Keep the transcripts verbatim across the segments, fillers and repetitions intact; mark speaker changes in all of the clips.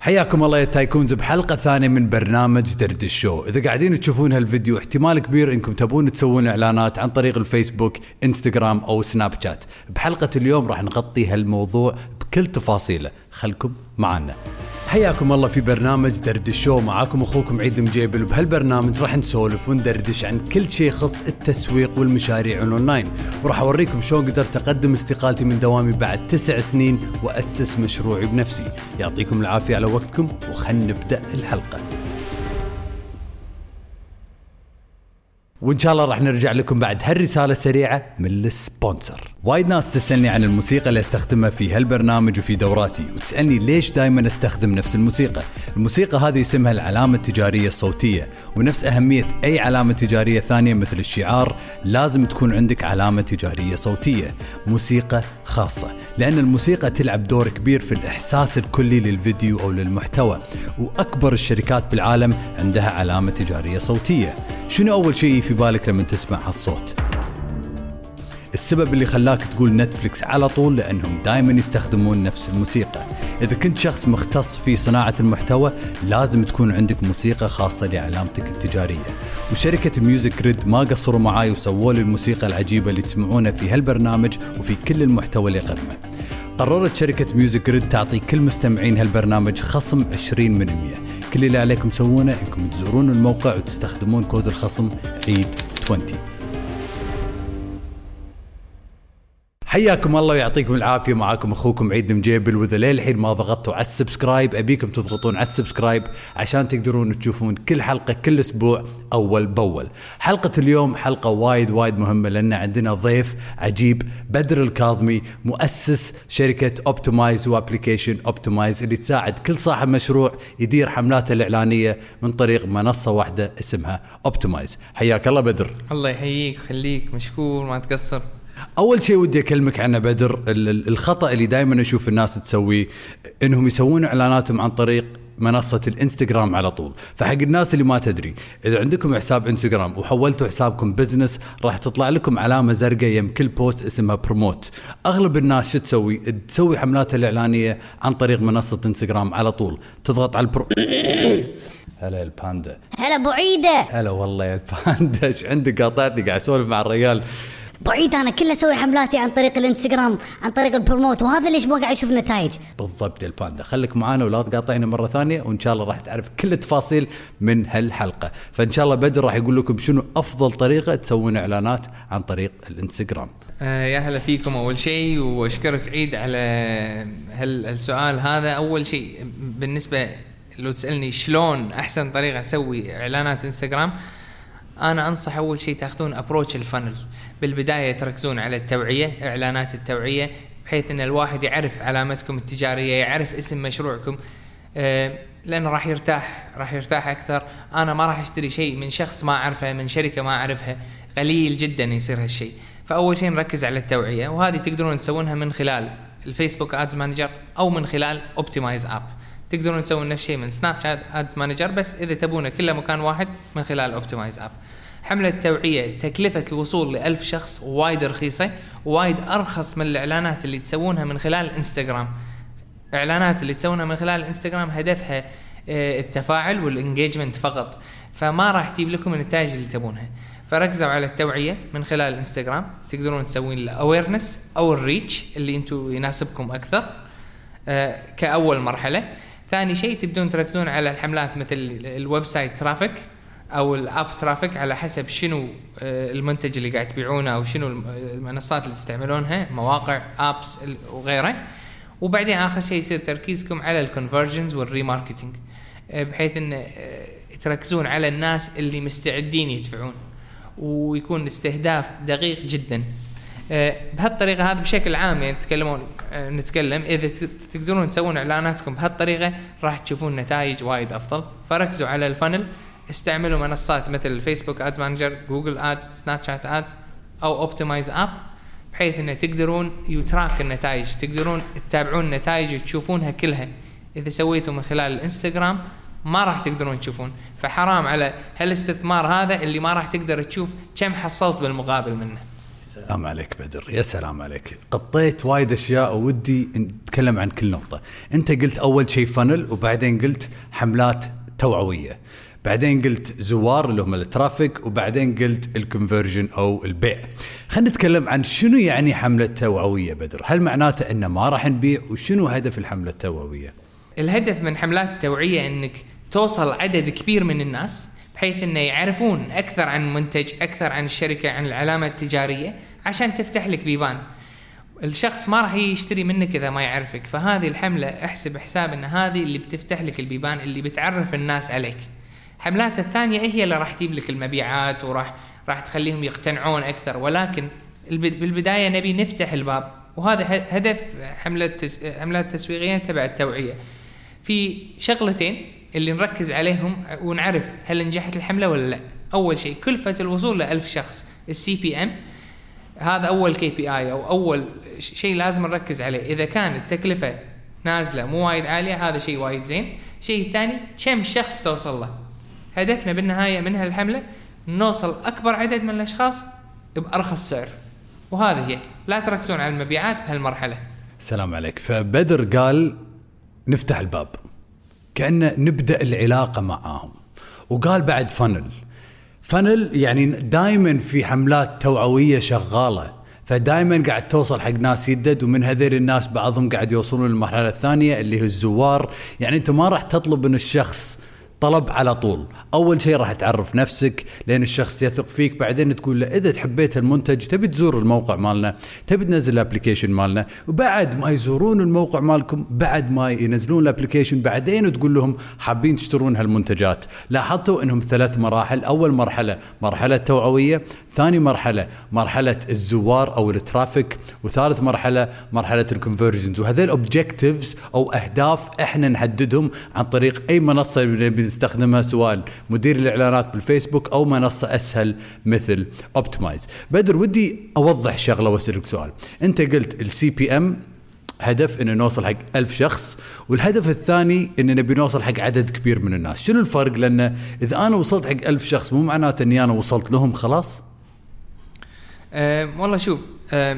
Speaker 1: حياكم الله يا تايكونز بحلقة ثانية من برنامج درد الشو. إذا قاعدين تشوفون هالفيديو احتمال كبير إنكم تبون تسوون إعلانات عن طريق الفيسبوك، إنستغرام أو سناب شات. بحلقة اليوم راح نغطي هالموضوع بكل تفاصيله، خلكم معنا. حياكم الله في برنامج درد الشو، معاكم أخوكم عيد مجيبل. وبهالبرنامج راح نسولف وندردش عن كل شيء يخص التسويق والمشاريع الأونلاين، وراح أوريكم شلون قدرت أقدم استقالتي من دوامي بعد تسع سنين وأسس مشروعي بنفسي. يعطيكم العافية على وقتكم وخلنا نبدأ الحلقة. وإن شاء الله راح نرجع لكم بعد هالرسالة السريعة من السبونسر. وايد ناس تسألني عن الموسيقى اللي استخدمها في هالبرنامج وفي دوراتي، وتسألني ليش دايما استخدم نفس الموسيقى. الموسيقى هذه اسمها العلامة التجارية الصوتية، ونفس أهمية أي علامة تجارية ثانية مثل الشعار لازم تكون عندك علامة تجارية صوتية، موسيقى خاصة، لأن الموسيقى تلعب دور كبير في الإحساس الكلي للفيديو أو للمحتوى. وأكبر الشركات بالعالم عندها علامة تجارية صوتية. شنو أول شيء في بالك لما تسمع هالصوت؟ السبب اللي خلاك تقول نتفليكس على طول لأنهم دائما يستخدمون نفس الموسيقى. إذا كنت شخص مختص في صناعة المحتوى لازم تكون عندك موسيقى خاصة لعلامتك التجارية. وشركة ميوزك جريد ما قصروا معاي وسووا لي الموسيقى العجيبة اللي تسمعونها في هالبرنامج وفي كل المحتوى اللي قدمه. قررت شركة ميوزك جريد تعطي كل مستمعين هالبرنامج خصم عشرين بالمئة. كل اللي عليكم تسوونه انكم تزورون الموقع وتستخدمون كود الخصم عيد عشرين. حياكم الله ويعطيكم العافية، معاكم أخوكم عيد مجيبل. وإذا للحين ما ضغطوا على السبسكرايب أبيكم تضغطون على السبسكرايب عشان تقدرون تشوفون كل حلقة كل أسبوع أول بأول. حلقة اليوم حلقة وايد وايد مهمة لأن عندنا ضيف عجيب، بدر الكاظمي، مؤسس شركة أوبتمايز وابليكيشن أوبتمايز اللي تساعد كل صاحب مشروع يدير حملاته الإعلانية من طريق منصة واحدة اسمها أوبتمايز. حياك الله بدر.
Speaker 2: الله يحييك، خليك مشكور، ما تقصر.
Speaker 1: أول شيء ودي أكلمك عنه بدر، الخطأ اللي دائما أشوف الناس تسويه إنهم يسوون إعلاناتهم عن طريق منصة الانستغرام على طول. فحق الناس اللي ما تدري، إذا عندكم حساب انستغرام وحولتوا حسابكم بزنس راح تطلع لكم علامة زرقاء يم كل بوست اسمها بروموت. أغلب الناس شو تسوي؟ تسوي حملاتها الإعلانية عن طريق منصة انستغرام على طول، تضغط على البرو هلا الباندا.
Speaker 3: هلا ابو عيده.
Speaker 1: هلا والله يا الباندا، ايش عندك؟ قاطعتني قاعد اسولف مع الرجال.
Speaker 3: بعيد انا كله اسوي حملاتي عن طريق الانستغرام عن طريق البروموت، وهذا ليش ما قاعد اشوف نتائج.
Speaker 1: بالضبط يا الباندا، خليك معانا ولا تقاطعنا مره ثانيه، وان شاء الله راح تعرف كل التفاصيل من هالحلقه. فان شاء الله بدر راح يقول لكم شنو افضل طريقه تسوون اعلانات عن طريق الانستغرام.
Speaker 2: آه يا هلا فيكم اول شيء، واشكرك عيد على هالسؤال هذا. اول شيء بالنسبه لو تسالني شلون احسن طريقه اسوي اعلانات انستغرام، انا انصح اول شيء تاخذون ابروتش الفانل. بالبدايه تركزون على التوعيه، اعلانات التوعيه، بحيث ان الواحد يعرف علامتكم التجاريه، يعرف اسم مشروعكم، آه لانه راح يرتاح راح يرتاح اكثر. انا ما راح اشتري شيء من شخص ما اعرفه، من شركه ما اعرفها، قليل جدا يصير هالشيء. فاول شيء نركز على التوعيه، وهذه تقدرون تسوونها من خلال الفيسبوك ادز مانجر او من خلال اوبتمايز اب. تقدرون تسوون نفس الشيء من سناب شات ادز مانجر، بس اذا تبونه كله مكان واحد من خلال اوبتمايز اب. حملة التوعية تكلفة الوصول لألف شخص وايد رخيصة، وايد أرخص من الإعلانات اللي تسوونها من خلال الانستغرام. إعلانات اللي تسوونها من خلال الانستغرام هدفها التفاعل والانجيجمنت فقط، فما راح تجيب لكم النتائج اللي تبونها. فركزوا على التوعية من خلال الانستغرام. تقدرون تسوين الأويرنس أو الريتش اللي انتو يناسبكم أكثر كأول مرحلة. ثاني شيء تبدون تركزون على الحملات مثل الويب سايت ترافيك او الاب ترافيك، على حسب شنو المنتج اللي قاعد تبيعونه او شنو المنصات اللي تستعملونها، مواقع، ابس وغيره. وبعدين اخر شيء يصير تركيزكم على الكونفرجنز والريماركتينج، بحيث ان تركزون على الناس اللي مستعدين يدفعون، ويكون استهداف دقيق جدا. بهالطريقه هذا بشكل عام يعني تتكلمون نتكلم اذا تقدرون تسوون اعلاناتكم بهالطريقه راح تشوفون نتائج وايد افضل. فركزوا على الفانل، استعملوا منصات مثل الفيسبوك ادز مانجر، جوجل ادز، سناب شات ادز او اوبتمايز اب، بحيث ان تقدرون يتراك النتائج، تقدرون تتابعون النتائج وتشوفونها كلها. اذا سويتوا من خلال الانستغرام ما راح تقدرون تشوفون، فحرام على هالاستثمار هذا اللي ما راح تقدر تشوف كم حصلت بالمقابل منه.
Speaker 1: سلام عليك بدر، يا سلام عليك. قطيت وايد أشياء ودي نتكلم عن كل نقطة. أنت قلت أول شيء فانل، وبعدين قلت حملات توعوية، بعدين قلت زوار اللي هم الترافيك، وبعدين قلت الكونفرجن أو البيع. خلينا نتكلم عن شنو يعني حملة توعوية بدر. هل معناته إنه ما راح نبيع؟ وشنو هدف الحملة التوعوية؟
Speaker 2: الهدف من حملات التوعية إنك توصل عدد كبير من الناس بحيث إنه يعرفون أكثر عن منتج، أكثر عن الشركة، عن العلامة التجارية، عشان تفتح لك بيبان. الشخص ما راح يشتري منك إذا ما يعرفك. فهذه الحملة احسب حساب إن هذه اللي بتفتح لك البيبان، اللي بتعرف الناس عليك. حملات الثانية هي اللي راح تجيب لك المبيعات وراح راح تخليهم يقتنعون أكثر، ولكن بالبداية نبي نفتح الباب، وهذا هدف حملة حملات تسويقية تبع التوعية. في شغلتين اللي نركز عليهم ونعرف هل نجحت الحملة ولا لا. أول شيء كلفة الوصول لألف شخص، السي بي ام، هذا أول كي بي آي أو أول شيء لازم نركز عليه. إذا كانت التكلفة نازلة مو وايد عالية هذا شيء وايد زين. شيء ثاني كم شخص توصل له. هدفنا بالنهاية من هالحملة نوصل أكبر عدد من الأشخاص بأرخص سعر، وهذه هي. لا تركزون على المبيعات بهالمرحلة.
Speaker 1: سلام عليك. فبدر قال نفتح الباب، كأنه نبدأ العلاقة معاهم، وقال بعد فنل. فنل يعني دائما في حملات توعوية شغالة، فدائما قاعد توصل حق ناس يدد، ومن هذول الناس بعضهم قاعد يوصلون للمرحلة الثانية اللي هو الزوار. يعني انت ما راح تطلب من الشخص طلب على طول. أول شيء راح تعرف نفسك لأن الشخص يثق فيك، بعدين تقول له إذا تحبيت المنتج تبي تزور الموقع مالنا، تبي تنزل الابليكيشن مالنا، وبعد ما يزورون الموقع مالكم، بعد ما ينزلون الابليكيشن، بعدين تقول لهم حابين تشترون هالمنتجات. لاحظتوا إنهم ثلاث مراحل. أول مرحلة مرحلة توعوية، ثاني مرحلة مرحلة الزوار أو الترافيك، وثالث مرحلة مرحلة الكونفرجنز. وهذول اوبجكتيفز أو أهداف إحنا نحددهم عن طريق أي منصة بنستخدمها، سواء مدير الإعلانات بالفيسبوك أو منصة أسهل مثل أوبتمايز. بدر ودي أوضح شغلة وأسألك سؤال. أنت قلت السي بي أم هدف إنه نوصل حق ألف شخص، والهدف الثاني إننا بنوصل حق عدد كبير من الناس. شنو الفرق؟ لأن إذا أنا وصلت حق ألف شخص مو معناته إني أنا وصلت لهم خلاص.
Speaker 2: أه والله شوف، أه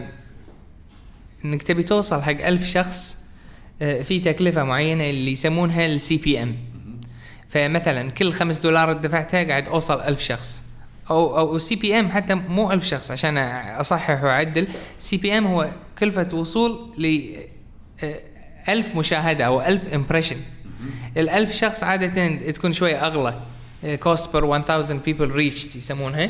Speaker 2: إنك تبي توصل حق ألف شخص أه في تكلفة معينة اللي يسمونها السي بي أم. فمثلا كل خمس دولار دفعتها قاعد أوصل ألف شخص، أو أو سي بي أم حتى مو ألف شخص عشان أصحح وأعدل. سي بي أم هو كلفة وصول ل ألف مشاهدة أو ألف إمبريشن. الألف شخص عادة تكون شوية أغلى، cost per one thousand people reached يسمونها.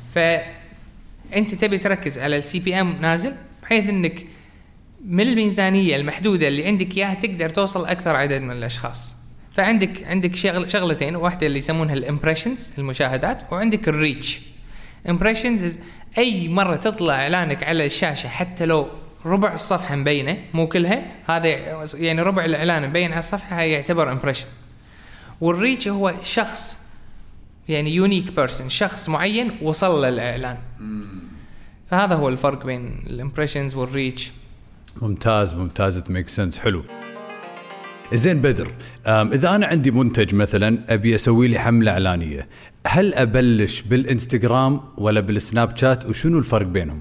Speaker 2: فأنت تبي تركز على السي بي أم نازل، بحيث إنك من الميزانية المحدودة اللي عندك إياها تقدر توصل أكثر عدد من الأشخاص. فعندك عندك شغل شغلتين، واحدة اللي يسمونها الامبريشنز المشاهدات، وعندك الريتش. امبريشنز أي مرة تطلع إعلانك على الشاشة حتى لو ربع الصفحة مبينة، مو كلها، هذا يعني ربع الإعلان مبين على الصفحة، هي يعتبر امبريشن. والريتش هو شخص يعني يونيك بيرسون، شخص معين وصل للإعلان. فهذا هو الفرق بين الامبريشنز والريتش.
Speaker 1: ممتاز ممتاز تميك سنس. حلو. زين بدر، إذا أنا عندي منتج مثلا أبي أسوي لي حملة إعلانية، هل أبلش بالإنستغرام ولا بالسناب شات، وشنو الفرق بينهم؟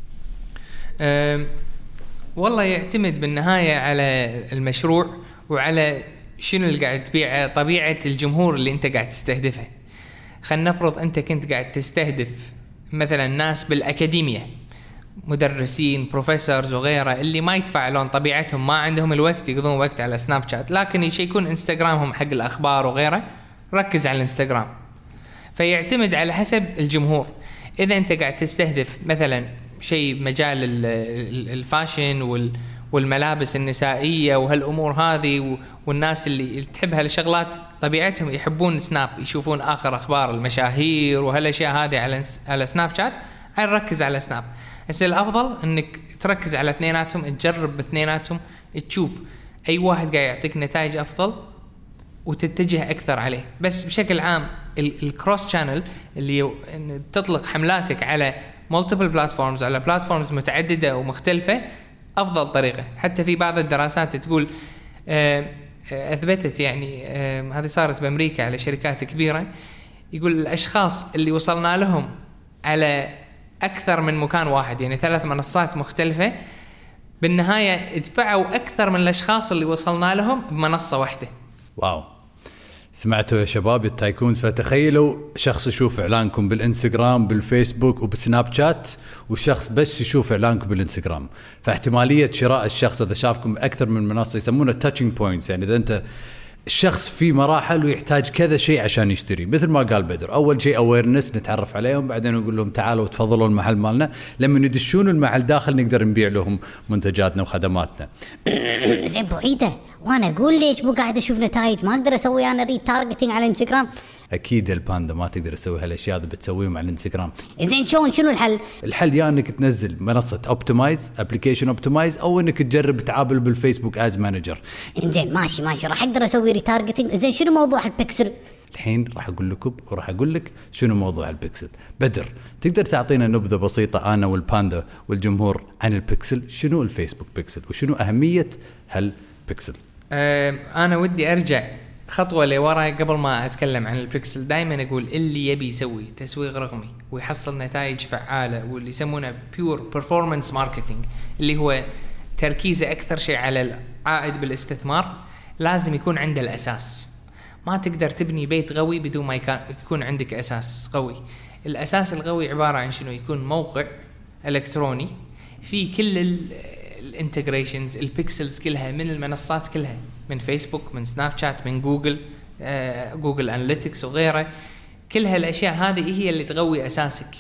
Speaker 2: أه والله يعتمد بالنهاية على المشروع وعلى شنو اللي قاعد تبيعه، طبيعة الجمهور اللي أنت قاعد تستهدفه. خلينا نفرض أنت كنت قاعد تستهدف مثلا ناس بالأكاديمية، مدرسين، بروفيسورز وغيره، اللي ما يتفاعلون، طبيعتهم ما عندهم الوقت يقضون وقت على سناب شات، لكن يشيكون انستغرامهم حق الأخبار وغيره، ركز على الانستغرام. فيعتمد على حسب الجمهور. إذا أنت قاعد تستهدف مثلا شيء مجال الفاشن والملابس النسائية وهالأمور هذه، والناس اللي تحب هالشغلات طبيعتهم يحبون سناب، يشوفون آخر أخبار المشاهير وهالأشياء هذه على على سناب شات، هنركز على سناب. بس الأفضل إنك تركز على اثنيناتهم، تجرب باثنيناتهم، تشوف أي واحد قاعد يعطيك نتائج أفضل وتتجه أكثر عليه. بس بشكل عام الكروس شانل اللي تطلق حملاتك على multiple platforms، على platforms متعددة ومختلفة، أفضل طريقة. حتى في بعض الدراسات تقول أثبتت، يعني هذه صارت بأمريكا على شركات كبيرة، يقول الأشخاص اللي وصلنا لهم على اكثر من مكان واحد، يعني ثلاث منصات مختلفه، بالنهايه ادفعوا اكثر من الاشخاص اللي وصلنا لهم بمنصه واحده.
Speaker 1: واو، سمعتوا يا شباب التايكون؟ فتخيلوا شخص يشوف اعلانكم بالانستغرام بالفيسبوك وبسناب شات، وشخص بس يشوف اعلانكم بالانستغرام، فاحتماليه شراء الشخص اذا شافكم اكثر من منصه يسمونه تاتشنج بوينتس، يعني اذا انت الشخص في مراحل ويحتاج كذا شيء عشان يشتري. مثل ما قال بدر، اول شيء اويرنس، نتعرف عليهم، بعدين نقول لهم تعالوا تفضلوا المحل مالنا، لما يدشون المحل داخل نقدر نبيع لهم منتجاتنا وخدماتنا.
Speaker 3: زين ابو عيده، وانا اقول ليش مو قاعد اشوف نتائج؟ ما اقدر اسوي انا ري تارجتنج على الانستغرام؟
Speaker 1: اكيد الباندا ما تقدر تسوي هالاشياء اللي بتسويهم على الانستغرام.
Speaker 3: زين شلون؟ شنو الحل؟
Speaker 1: الحل يا يعني انك تنزل منصه اوبتمايز، ابلكيشن اوبتمايز، او انك تجرب تعامل بالفيسبوك از مانجر.
Speaker 3: زين ماشي ماشي، راح اقدر اسوي ريتارجتنج. زين شنو موضوع البكسل؟
Speaker 1: الحين راح اقول لكم وراح اقول لك شنو موضوع البكسل. بدر، تقدر تعطينا نبذه بسيطه انا والباندا والجمهور عن البكسل؟ شنو الفيسبوك بكسل وشنو اهميه هالبكسل؟
Speaker 2: أه انا ودي ارجع خطوة لورا قبل ما أتكلم عن البيكسل. دايما أقول اللي يبي يسوي تسويق رقمي ويحصل نتائج فعالة، واللي يسمونه pure performance marketing اللي هو تركيزه أكثر شيء على العائد بالاستثمار، لازم يكون عنده الأساس. ما تقدر تبني بيت قوي بدون ما يكون عندك أساس قوي. الأساس القوي عبارة عن شنو؟ يكون موقع إلكتروني في كل الانتجريشنز، البيكسلز كلها من المنصات كلها، من فيسبوك، من سناب شات، من جوجل، آه، جوجل أناليتكس وغيره. كل هالأشياء هذه هي اللي تقوي أساسك.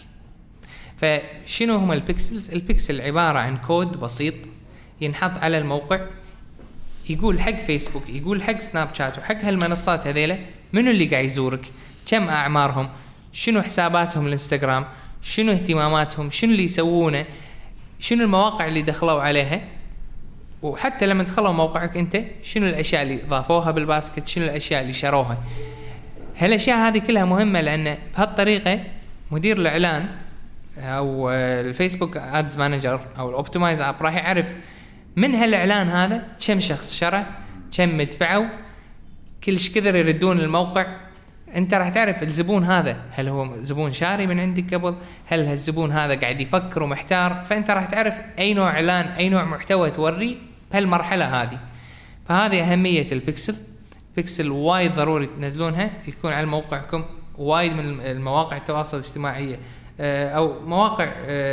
Speaker 2: فشنو هم البيكسلز؟ البيكسل عبارة عن كود بسيط ينحط على الموقع، يقول حق فيسبوك، يقول حق سناب شات وحق هالمنصات هذيله منو اللي قاعد يزورك، كم أعمارهم، شنو حساباتهم الانستغرام، شنو اهتماماتهم، شنو اللي يسوونه، شنو المواقع اللي دخلوا عليها، وحتى لما دخلوا موقعك انت شنو الاشياء اللي ضافوها بالباسكت، شنو الاشياء اللي شروها. هالاشياء هذه كلها مهمه، لان بهالطريقه مدير الاعلان او الفيسبوك ادز مانجر او الاوبتمايز اب راح يعرف من هالاعلان هذا كم شخص شرى، كم مدفعوا، كلش كثر يردون الموقع. انت راح تعرف الزبون هذا هل هو زبون شاري من عندك قبل، هل هالزبون هذا قاعد يفكر ومحتار، فانت راح تعرف اي نوع اعلان اي نوع محتوى توري بهالمرحله هذه. فهذه اهميه البيكسل. بيكسل وايد ضروري تنزلونها، يكون على موقعكم. وايد من المواقع التواصل الاجتماعي او مواقع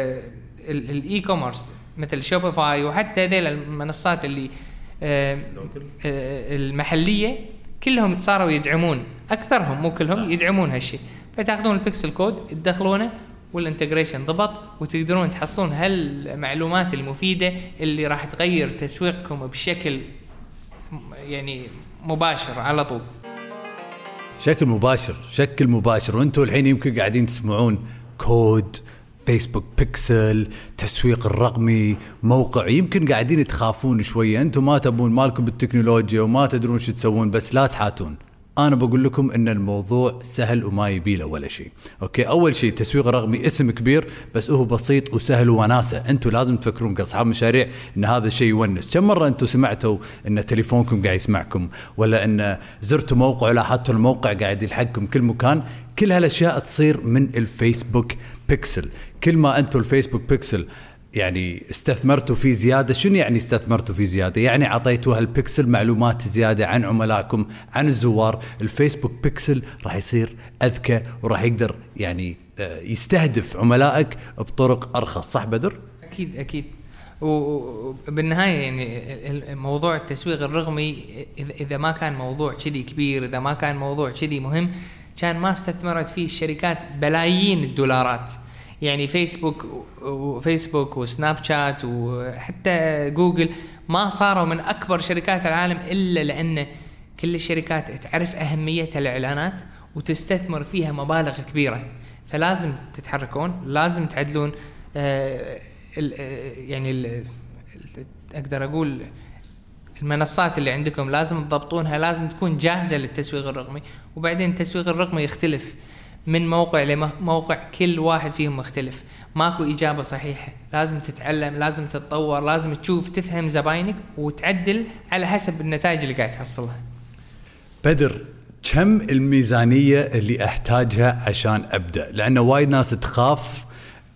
Speaker 2: الاي كوميرس مثل شوبيفاي وحتى هذيل المنصات اللي المحليه كلهم صاروا يدعمون، اكثرهم مو كلهم يدعمون هالشيء. فتاخذون البيكسل كود تدخلونه والانتجريشن ضبط، وتقدرون تحصلون هالمعلومات المفيده اللي راح تغير تسويقكم بشكل يعني مباشر على طول.
Speaker 1: شكل مباشر شكل مباشر. وانتم الحين يمكن قاعدين تسمعون كود، فيسبوك بيكسل، تسويق الرقمي، موقع، يمكن قاعدين تخافون شوية، انتم ما تبون مالكم بالتكنولوجيا وما تدرون شو تسوون، بس لا تحاتون. انا بقول لكم ان الموضوع سهل وما يبيله ولا شيء. اوكي، اول شيء التسويق الرقمي اسم كبير بس هو بسيط وسهل وناسه. انتم لازم تفكرون كاصحاب مشاريع ان هذا الشيء يونس. كم مره انتم سمعتوا ان تليفونكم قاعد يسمعكم، ولا ان زرتوا موقع ولاحظتوا الموقع قاعد يلحقكم كل مكان؟ كل هالاشياء تصير من الفيسبوك بيكسل. كل ما انتم الفيسبوك بيكسل يعني استثمرتوا فيه زيادة. شنو يعني استثمرتوا فيه زيادة؟ يعني عطيتوا هالبيكسل معلومات زيادة عن عملائكم، عن الزوار. الفيسبوك بيكسل راح يصير أذكى وراح يقدر يعني يستهدف عملائك بطرق أرخص. صح بدر؟
Speaker 2: أكيد أكيد. وبالنهاية يعني موضوع التسويق الرقمي إذا ما كان موضوع كذي كبير، إذا ما كان موضوع كذي مهم، كان ما استثمرت فيه الشركات بلايين الدولارات. يعني فيسبوك وفيسبوك وسناب شات وحتى جوجل ما صاروا من أكبر شركات العالم إلا لأن كل الشركات تعرف أهمية الإعلانات وتستثمر فيها مبالغ كبيرة. فلازم تتحركون، لازم تعدلون آه ال يعني ال أقدر أقول المنصات اللي عندكم لازم تضبطونها، لازم تكون جاهزة للتسويق الرقمي. وبعدين التسويق الرقمي يختلف من موقع لموقع، كل واحد فيهم مختلف، ماكو إجابة صحيحة. لازم تتعلم، لازم تتطور، لازم تشوف تفهم زباينك وتعدل على حسب النتائج اللي قاعد تحصلها.
Speaker 1: بدر، كم الميزانية اللي أحتاجها عشان أبدأ؟ لأنه وايد ناس تخاف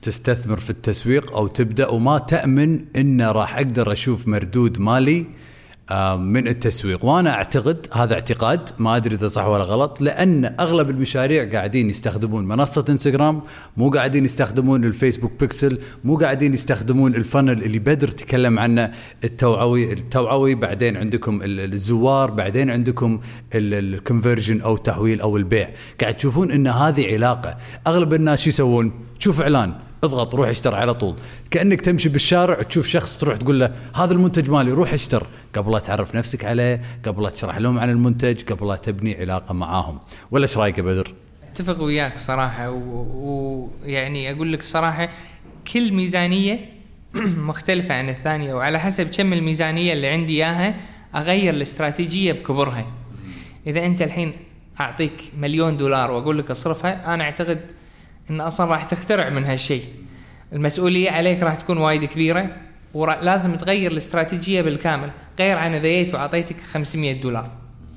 Speaker 1: تستثمر في التسويق أو تبدأ وما تأمن إن راح أقدر أشوف مردود مالي من التسويق. وأنا أعتقد هذا اعتقاد، ما أدري إذا صح ولا غلط، لأن أغلب المشاريع قاعدين يستخدمون منصة انستغرام، مو قاعدين يستخدمون الفيسبوك بيكسل، مو قاعدين يستخدمون الفنل اللي بدر تكلم عنه التوعوي التوعوي بعدين عندكم الزوار، بعدين عندكم الكونفرجن أو التحويل أو البيع. قاعد تشوفون إن هذه علاقة. أغلب الناس شو يسوون؟ تشوف إعلان اضغط روح اشتر على طول، كأنك تمشي بالشارع تشوف شخص تروح تقول له هذا المنتج مالي روح اشتر، قبل لا تعرف نفسك عليه، قبل لا تشرح لهم عن المنتج، قبل لا تبني علاقة معاهم. ولا ايش رايك يا بدر؟
Speaker 2: اتفق وياك صراحة، ويعني اقول لك صراحة كل ميزانية مختلفة عن الثانية، وعلى حسب كم الميزانية اللي عندي اياها اغير الاستراتيجية بكبرها. اذا انت الحين اعطيك مليون دولار واقول لك اصرفها، انا اعتقد ان اصلا راح تخترع من هالشيء، المسؤولية عليك راح تكون وايد كبيرة، ولازم تغير الاستراتيجية بالكامل، غير عن إذا جيت وعطيتك خمسمية دولار.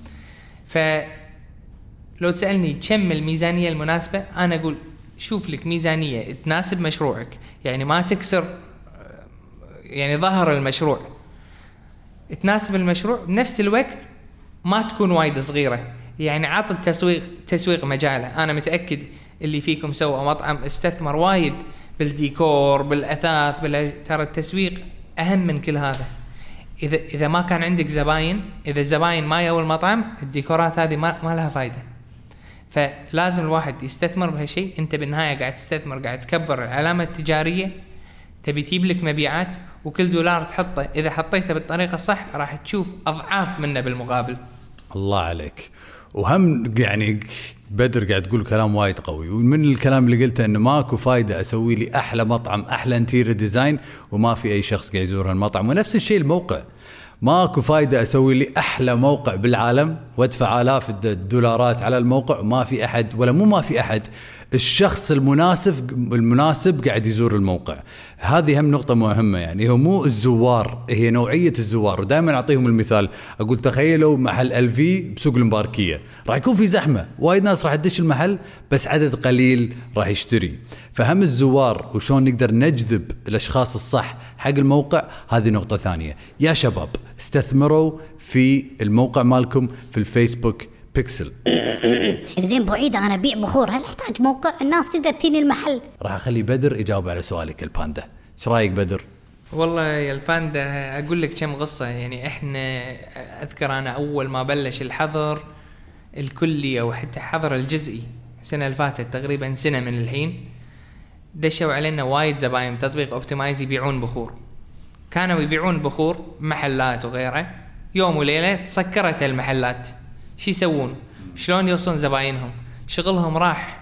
Speaker 2: فلو تسألني كم الميزانية المناسبة، أنا أقول شوف لك ميزانية تناسب مشروعك، يعني ما تكسر يعني ظهر المشروع، تناسب المشروع، بنفس الوقت ما تكون وايد صغيرة، يعني عط التسويق تسويق مجاله. أنا متأكد اللي فيكم سوى مطعم استثمر وايد بالديكور بالأثاث بال... ترى التسويق أهم من كل هذا. إذا إذا ما كان عندك زباين، إذا الزباين ما يأوي المطعم، الديكورات هذه ما ما لها فايدة. فلازم الواحد يستثمر بهالشيء. أنت بالنهاية قاعد تستثمر، قاعد تكبر العلامة التجارية، تبي تجيب لك مبيعات، وكل دولار تحطه إذا حطيته بالطريقة الصح راح تشوف أضعاف منه بالمقابل.
Speaker 1: الله عليك. وهم يعني بدر قاعد تقول كلام وايد قوي، ومن الكلام اللي قلته انه ماكو فايده اسوي لي احلى مطعم احلى انتيريور ديزاين وما في اي شخص قاعد يزور المطعم، ونفس الشيء الموقع. ماكو فايده اسوي لي احلى موقع بالعالم وادفع آلاف الدولارات على الموقع وما في احد، ولا مو ما في احد، الشخص المناسب المناسب قاعد يزور الموقع. هذه هم نقطة مهمة، يعني هو مو الزوار، هي نوعية الزوار. ودائما أعطيهم المثال، أقول تخيلوا محل ألفي بسوق المباركية، راح يكون في زحمة، وايد ناس راح تدش المحل بس عدد قليل راح يشتري. فهم الزوار وشون نقدر نجذب الأشخاص الصح حق الموقع، هذه نقطة ثانية. يا شباب استثمروا في الموقع مالكم في الفيسبوك بيكسل.
Speaker 3: زين بعيدة، أنا بيع بخور، هل أحتاج موقع الناس تقدر تيني المحل؟
Speaker 1: راح أخلي بدر يجاوب على سؤالك الباندا. ايش رايك بدر؟
Speaker 2: والله يا الباندا أقول لك كم قصة. يعني إحنا أذكر أنا أول ما بلش الحظر الكلي أو حتى حظر الجزئي السنة اللي فاتت، تقريبا سنة من الحين، دشوا علينا وايد زباين تطبيق اوبتمايز يبيعون بخور. كانوا يبيعون بخور محلات وغيره، يوم وليلة تسكرت المحلات. شي يسوون؟ شلون يوصلون زباينهم؟ شغلهم راح،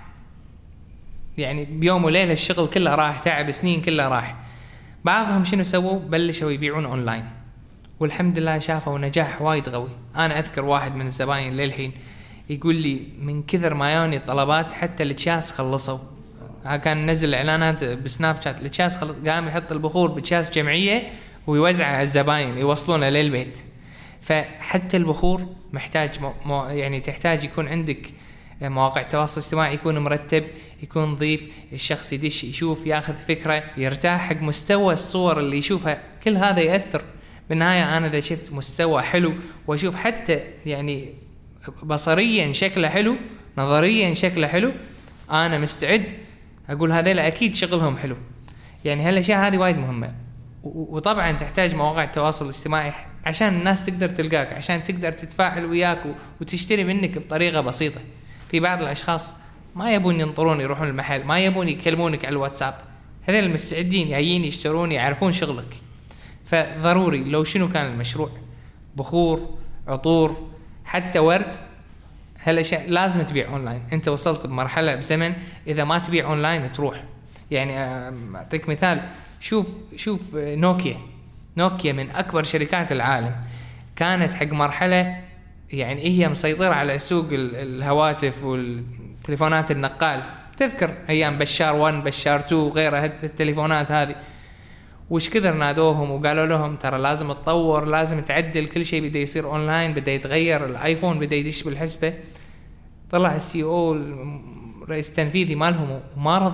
Speaker 2: يعني بيوم وليلة الشغل كله راح، تعب سنين كله راح. بعضهم شنو سووا؟ بلشوا يبيعون اونلاين، والحمد لله شافوا نجاح وايد قوي. انا اذكر واحد من الزباين للحين يقول لي من كثر ما يوني الطلبات حتى الكياس خلصوا. كان نزل اعلانات بسناب شات، الكياس خلص، قام يحط البخور بكياس جمعية ويوزعها على الزباين يوصلونه للبيت. فحتى البخور محتاج مو مو يعني تحتاج يكون عندك مواقع التواصل الاجتماعي يكون مرتب، يكون نظيف، الشخص يدش يشوف ياخذ فكرة، يرتاح حق مستوى الصور اللي يشوفها. كل هذا يأثر بالنهاية. أنا إذا شفت مستوى حلو وأشوف حتى يعني بصريا شكله حلو، نظريا شكله حلو، أنا مستعد أقول هذيل أكيد شغلهم حلو. يعني هالأشياء هذه وايد مهمة. وطبعا تحتاج مواقع التواصل الاجتماعي عشان الناس تقدر تلقاك، عشان تقدر تتفاعل وياك وتشتري منك بطريقة بسيطة. في بعض الأشخاص ما يبون ينطرون يروحون المحل، ما يبون يكلمونك على الواتساب، هذول المستعدين جايين يشترون يعرفون شغلك. فضروري لو شنو كان المشروع، بخور، عطور، حتى ورد، هالأشياء لازم تبيع أونلاين. أنت وصلت بمرحلة بزمن إذا ما تبيع أونلاين تروح. يعني أعطيك مثال، شوف شوف نوكيا نوكيا من أكبر شركات العالم، كانت حق مرحلة يعني هي مسيطرة على سوق الهواتف والتليفونات النقال. تذكر أيام بشار واحد بشار اثنين وغيرها التليفونات هذه، وش كثر نادوهم وقالوا لهم ترى لازم تطور، لازم تعدل، كل شيء بدأ يصير أونلاين، بدأ يتغير، الآيفون بدأ يدش بالحسبة. طلع السي او الرئيس التنفيذي مالهم وما رضى،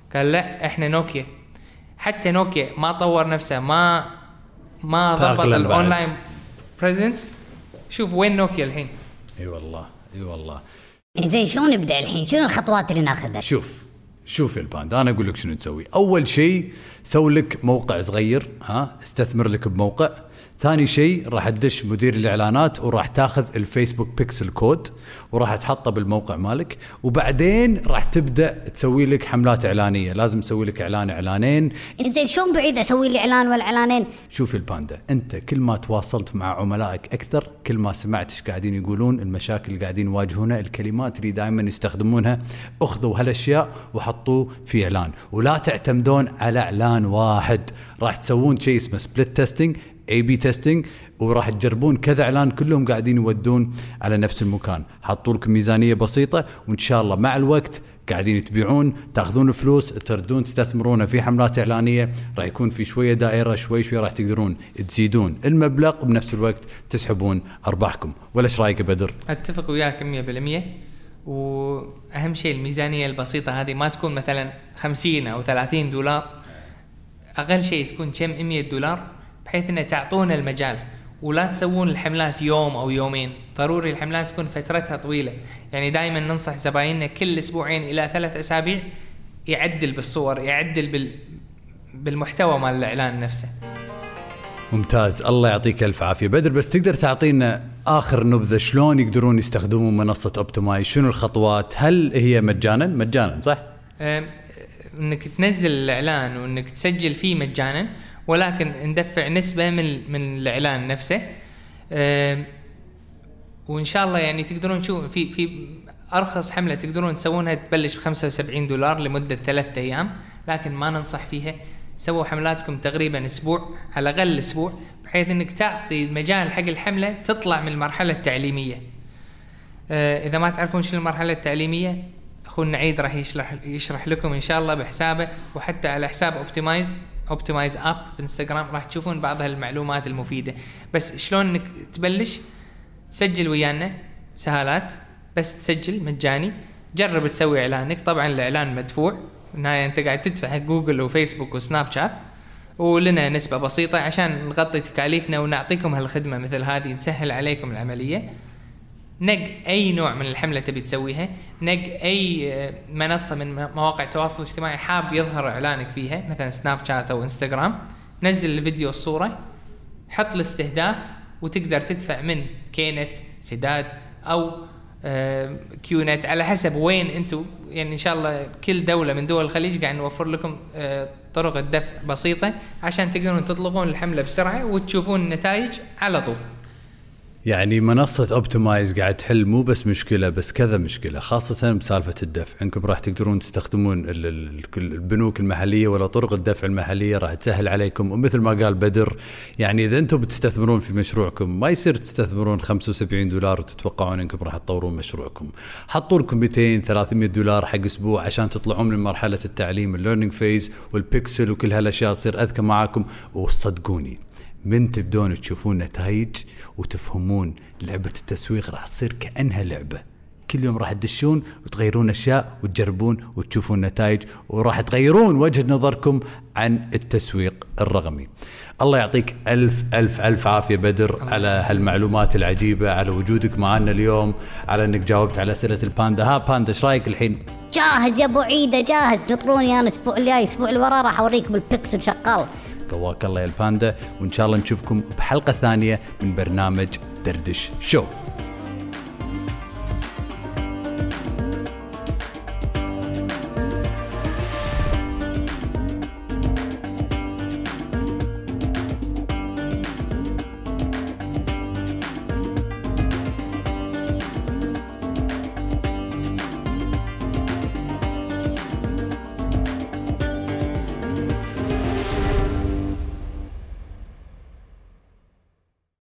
Speaker 2: قال لا احنا نوكيا. حتى نوكيا ما طور نفسه، ما ما ضبط الاونلاين بريزنس. شوف وين نوكيا الحين.
Speaker 1: اي والله اي والله.
Speaker 3: زين شلون نبدا الحين؟ شنو الخطوات اللي ناخذها؟
Speaker 1: شوف شوف الباندا، انا اقول لك شنو تسوي. اول شيء سوي لك موقع صغير، ها استثمر لك بموقع. ثاني شيء راح تدش مدير الاعلانات وراح تاخذ الفيسبوك بيكسل كود وراح تحطه بالموقع مالك، وبعدين راح تبدا تسوي لك حملات اعلانيه. لازم تسوي لك اعلان اعلانين.
Speaker 3: زين شلون بعيد اسوي لي اعلان ولا اعلانين؟
Speaker 1: شوف الباندا، انت كل ما تواصلت مع عملائك اكثر، كل ما سمعت ايش قاعدين يقولون، المشاكل اللي قاعدين يواجهونها، الكلمات اللي دائما يستخدمونها، اخذوا هالاشياء وحطوه في اعلان. ولا تعتمدون على اعلان واحد، راح تسوون شيء اسمه سبليت تيستينج، اي بي تيستينج، وراح تجربون كذا اعلان كلهم قاعدين يودون على نفس المكان. حطوا لكم ميزانيه بسيطه، وان شاء الله مع الوقت قاعدين تبيعون، تاخذون فلوس، تردون تستثمرونها في حملات اعلانيه. راح يكون في شويه دائره، شوي شوي راح تقدرون تزيدون المبلغ وبنفس الوقت تسحبون ارباحكم. ولا ايش رايك بدر؟
Speaker 2: اتفق وياك مية بالمية. واهم شيء الميزانيه البسيطه هذه، ما تكون مثلا خمسين او ثلاثين دولار، اقل شيء تكون كم مية دولار، بحيث ان تعطونا المجال. ولا تسوون الحملات يوم او يومين، ضروري الحملات تكون فترتها طويله. يعني دائما ننصح زبايننا كل اسبوعين الى ثلاث اسابيع يعدل بالصور، يعدل بال بالمحتوى مال الاعلان نفسه.
Speaker 1: ممتاز، الله يعطيك الف عافيه بدر. بس تقدر تعطينا اخر نبذه شلون يقدرون يستخدمون منصه اوبتمايز؟ شنو الخطوات؟ هل هي مجانا؟ مجانا صح؟
Speaker 2: انك تنزل الاعلان وانك تسجل فيه مجانا، ولكن ندفع نسبة من من الإعلان نفسه. أه وإن شاء الله يعني تقدرون تشوف في في أرخص حملة تقدرون تسوونها تبلش بخمسة وسبعين دولار لمدة ثلاثة أيام، لكن ما ننصح فيها. سووا حملاتكم تقريبا أسبوع، على الأقل أسبوع، بحيث إنك تعطي المجال حق الحملة تطلع من المرحلة التعليمية. أه إذا ما تعرفون شنو المرحلة التعليمية، أخونا عيد راح يشرح يشرح لكم إن شاء الله بحسابه، وحتى على حساب اوبتمايز اوبتمايز اب بانستغرام راح تشوفون بعض هالمعلومات المفيده. بس شلون انك تبلش؟ تسجل ويانا، سهالات، بس تسجل مجاني، جرب تسوي اعلانك. طبعا الاعلان مدفوع، بالنهايه انت قاعد تدفع جوجل وفيسبوك وسناب شات، ولنا نسبه بسيطه عشان نغطي تكاليفنا ونعطيكم هالخدمه مثل هذه، نسهل عليكم العمليه. نق اي نوع من الحمله تبي تسويها، نق اي منصه من مواقع التواصل الاجتماعي حاب يظهر اعلانك فيها، مثلا سناب شات او انستغرام، نزل الفيديو الصوره، حط الاستهداف، وتقدر تدفع من كينت، سداد، او كيونت، على حسب وين انتم. يعني ان شاء الله كل دوله من دول الخليج قاعد نوفر لكم طرق الدفع بسيطه عشان تقدرون تطلقون الحمله بسرعه وتشوفون النتائج على طول.
Speaker 1: يعني منصة اوبتمايز قاعد تحل مو بس مشكلة، بس كذا مشكلة، خاصة بسالفة الدفع. انكم راح تقدرون تستخدمون البنوك المحلية ولا طرق الدفع المحلية، راح تسهل عليكم. ومثل ما قال بدر، يعني اذا انتم بتستثمرون في مشروعكم، ما يصير تستثمرون خمسة وسبعين دولار وتتوقعون انكم راح تطورون مشروعكم. حطوا لكم مئتين ثلاثمية دولار حق اسبوع عشان تطلعون من مرحلة التعليم، الليرنينج فيز والبيكسل وكل هالاشياء تصير اذكى معاكم. وصدقوني من تبدون تشوفون نتائج وتفهمون لعبة التسويق راح تصير كأنها لعبة. كل يوم راح تدشون وتغيرون أشياء وتجربون وتشوفون نتائج، وراح تغيرون وجهة نظركم عن التسويق الرقمي. الله يعطيك ألف ألف ألف عافية بدر على هالمعلومات العجيبة، على وجودك معنا اليوم، على أنك جاوبت على أسئلة الباندا. ها باندا ايش رايك الحين؟
Speaker 3: جاهز يا أبو عيدة، جاهز. نطروني أنا الأسبوع الجاي، الأسبوع اللي وراه راح أوريكم البيكسل شغال.
Speaker 1: قواك الله يا الباندا، وإن شاء الله نشوفكم بحلقة ثانية من برنامج دردش شو.